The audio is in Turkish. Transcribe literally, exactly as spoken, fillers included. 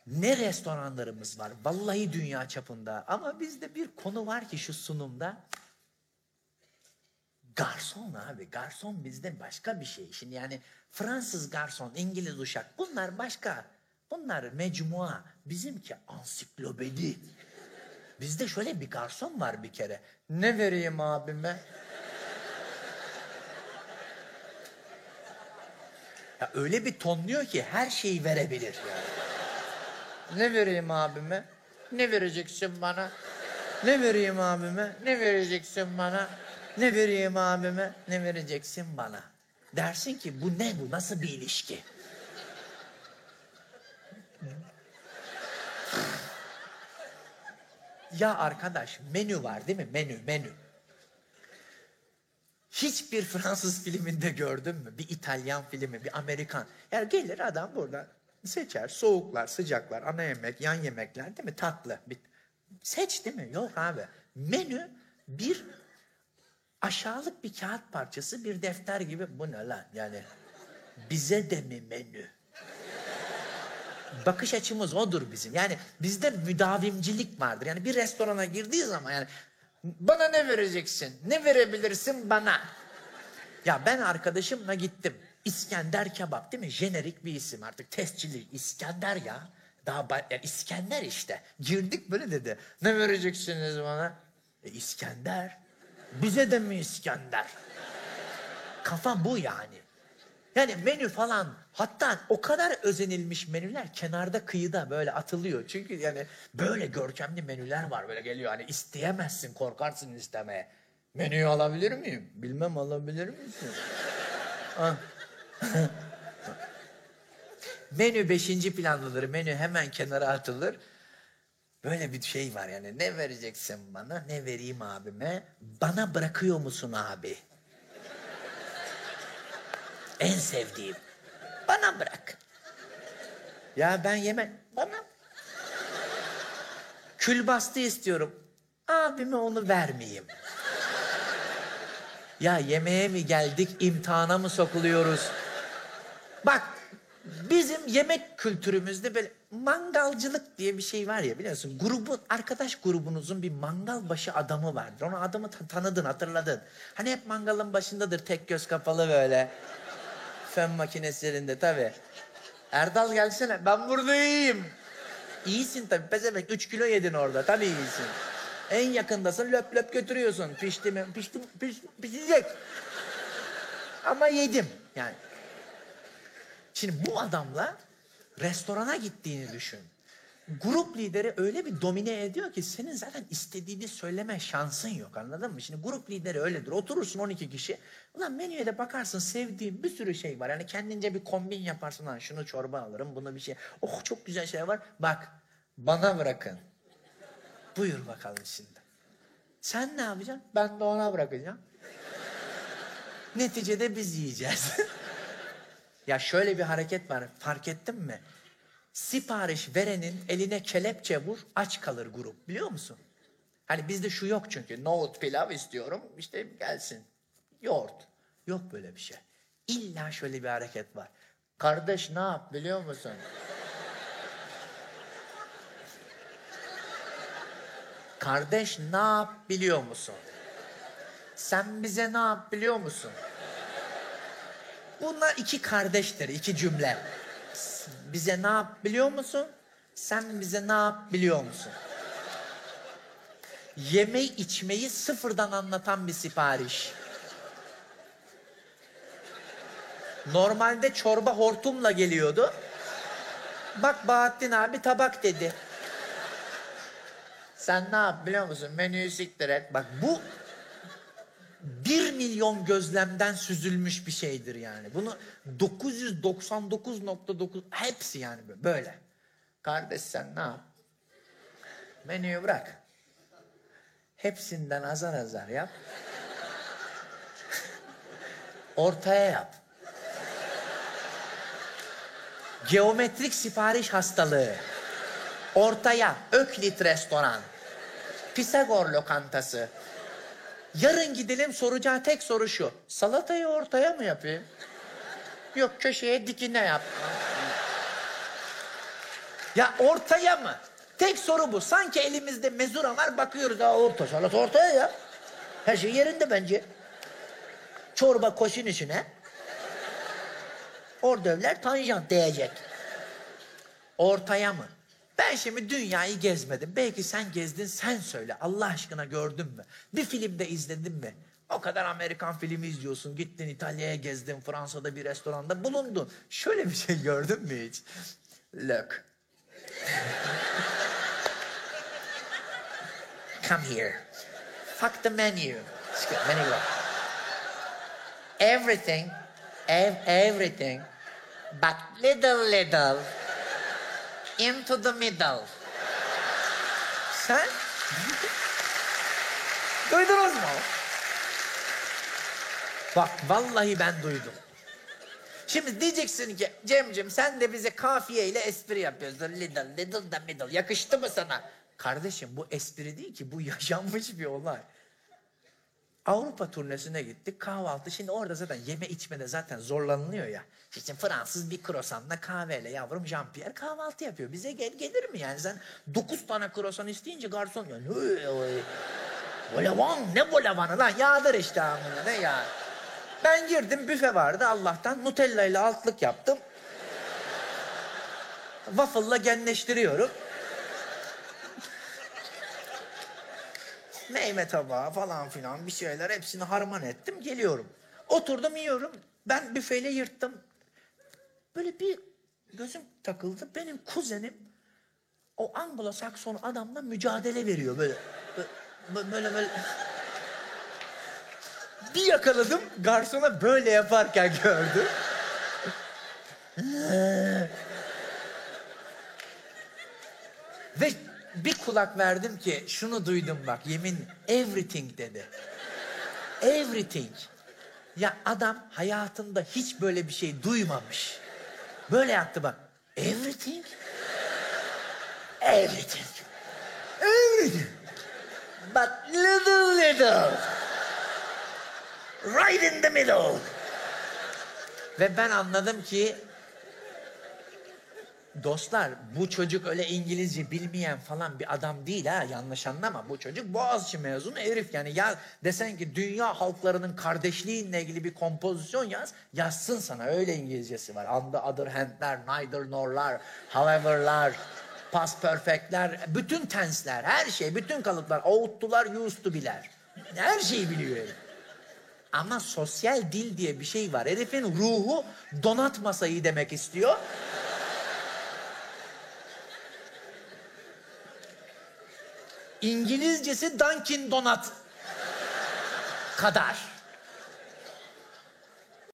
Ne restoranlarımız var. Vallahi dünya çapında. Ama bizde bir konu var ki şu sunumda. Garson abi. Garson bizde başka bir şey. Şimdi yani Fransız garson, İngiliz uşak. Bunlar başka. Bunlar mecmua. Bizimki ansiklopedi. Bizde şöyle bir garson var bir kere. Ne vereyim abime? Ya öyle bir tonluyor ki her şeyi verebilir yani. Ne vereyim abime? Ne vereceksin bana? Ne vereyim abime? Ne vereceksin bana? Ne vereyim abime? Ne vereceksin bana? Dersin ki bu ne bu? Nasıl bir ilişki? Ya arkadaş menü var değil mi? Menü, menü. Hiçbir Fransız filminde gördün mü? Bir İtalyan filmi, bir Amerikan. Yani gelir adam burada seçer. Soğuklar, sıcaklar, ana yemek, yan yemekler değil mi? Tatlı. Bir... Seç değil mi? Yok abi. Menü bir aşağılık bir kağıt parçası, bir defter gibi. Bu ne lan? Yani bize de mi menü? Bakış açımız odur bizim. Yani bizde müdavimcilik vardır. Yani bir restorana girdiği zaman yani bana ne vereceksin? Ne verebilirsin bana? Ya ben arkadaşımla gittim. İskender kebap değil mi? Jenerik bir isim artık. Tescilli İskender ya. Daha yani İskender işte. Girdik böyle dedi. Ne vereceksiniz bana? E, İskender. Bize de mi İskender? Kafam bu yani. Yani menü falan hatta o kadar özenilmiş menüler kenarda kıyıda böyle atılıyor. Çünkü yani böyle görkemli menüler var böyle geliyor. Hani isteyemezsin, korkarsın istemeye. Menüyü alabilir miyim? Bilmem, alabilir misin? Ah. Menü beşinci planlıdır. Menü hemen kenara atılır. Böyle bir şey var yani. Ne vereceksin bana? Ne vereyim abime? Bana bırakıyor musun abi? En sevdiğim. Bana bırak. Ya ben yemem. Bana. Külbastı istiyorum. Abime onu vermeyeyim. Ya yemeğe mi geldik, imtihana mı sokuluyoruz? Bak, bizim yemek kültürümüzde böyle mangalcılık diye bir şey var ya biliyorsun. Grubun, arkadaş grubunuzun bir mangal başı adamı vardır. Onu adamı ta- tanıdın, hatırladın. Hani hep mangalın başındadır, tek göz kapalı böyle. Fön makineslerinde tabii. Erdal gelsene, ben burada iyiyim. İyisin tabii, pezevenk. Üç kilo yedin orada, tabii iyisin. En yakındasın, löp löp götürüyorsun. Pişti mi? Pişti, piş, pişecek. Ama yedim yani. Şimdi bu adamla restorana gittiğini düşün. Grup lideri öyle bir domine ediyor ki senin zaten istediğini söyleme şansın yok, anladın mı? Şimdi grup lideri öyledir. Oturursun on iki kişi. Ulan menüye de bakarsın, sevdiğin bir sürü şey var. Yani kendince bir kombin yaparsın. Lan şunu çorba alırım, bunu bir şey. Oh çok güzel şey var. Bak bana bırakın. Buyur bakalım şimdi. Sen ne yapacaksın? Ben de ona bırakacağım. Neticede biz yiyeceğiz. Ya şöyle bir hareket var, fark ettin mi? Sipariş verenin eline kelepçe vur, aç kalır grup, biliyor musun? Hani bizde şu yok çünkü. Nohut pilav istiyorum, işte gelsin. Yoğurt. Yok böyle bir şey. İlla şöyle bir hareket var. Kardeş ne yap biliyor musun? Kardeş ne yap biliyor musun? Sen bize ne yap biliyor musun? Bunlar iki kardeştir, iki cümle. Bize ne yap biliyor musun? Sen bize ne yap biliyor musun? Yemeği içmeyi sıfırdan anlatan bir sipariş. Normalde çorba hortumla geliyordu. Bak Bahattin abi tabak dedi. Sen ne yap biliyor musun? Menüyü siktir et. Bak bu bir milyon gözlemden süzülmüş bir şeydir yani. Bunu dokuz yüz doksan dokuz nokta dokuz hepsi yani böyle. Kardeş sen ne yap? Menüyü bırak. Hepsinden azar azar yap. Ortaya yap. Geometrik sipariş hastalığı. Ortaya Öklit restoran. Pisagor lokantası. Yarın gidelim, soracağı tek soru şu. Salatayı ortaya mı yapayım? Yok köşeye dikine yap. Ya ortaya mı? Tek soru bu. Sanki elimizde mezura var, bakıyoruz. Aa, orta, salat ortaya ya. Her şey yerinde bence. Çorba koşun içine. Ordövler tanjant değecek. Ortaya mı? Ben şimdi dünyayı gezmedim. Belki sen gezdin, sen söyle. Allah aşkına gördün mü? Bir filmde izledin mi? O kadar Amerikan filmi izliyorsun. Gittin İtalya'ya gezdin, Fransa'da bir restoranda bulundun. Şöyle bir şey gördün mü hiç? Look. Come here. Fuck the menu. Menu. Everything, ev, everything, but little little into the middle. Sen? Duydunuz mu? Bak vallahi ben duydum. Şimdi diyeceksin ki Cemcim sen de bize kafiye ile espri yapıyorsun. Little, little the middle. Yakıştı mı sana? Kardeşim bu espri değil ki, bu yaşanmış bir olay. Avrupa turnesine gittik, kahvaltı. Şimdi orada zaten yeme içmede zaten zorlanılıyor ya. İşte Fransız bir krosanla kahveyle yavrum Jean-Pierre kahvaltı yapıyor. Bize gel gelir mi yani? Sen dokuz tane krosan isteyince garson yani. Volavan, ne volavanı lan? Yağdır işte amına, ne yağ? Ben girdim, büfe vardı Allah'tan. Nutella ile altlık yaptım. Waffle'la genleştiriyorum. Meyve tabağı falan filan bir şeyler hepsini harman ettim, geliyorum. Oturdum yiyorum. Ben büfeyle yırttım. Böyle bir gözüm takıldı. Benim kuzenim o Anglo-Sakson adamla mücadele veriyor böyle. Böyle böyle. böyle. Bir yakaladım, garsona böyle yaparken gördüm. Ve bir kulak verdim ki şunu duydum bak, yemin, everything dedi. Everything. Ya adam hayatında hiç böyle bir şey duymamış. Böyle yaptı bak. Everything. Everything. Everything. But little little. Right in the middle. Ve ben anladım ki dostlar, bu çocuk öyle İngilizce bilmeyen falan bir adam değil ha, yanlış anlama. Bu çocuk Boğaziçi mezunu herif yani. Ya desen ki dünya halklarının kardeşliğinle ilgili bir kompozisyon yaz, yazsın sana, öyle İngilizcesi var. On the other hand'ler, neither nor'lar, however'lar, past perfect'ler, bütün tense'ler, her şey, bütün kalıplar, ought to'lar, used to be'ler. Her şeyi biliyor herif. Ama sosyal dil diye bir şey var. Herifin ruhu donat masayı demek istiyor. İngilizcesi Dunkin Donut kadar.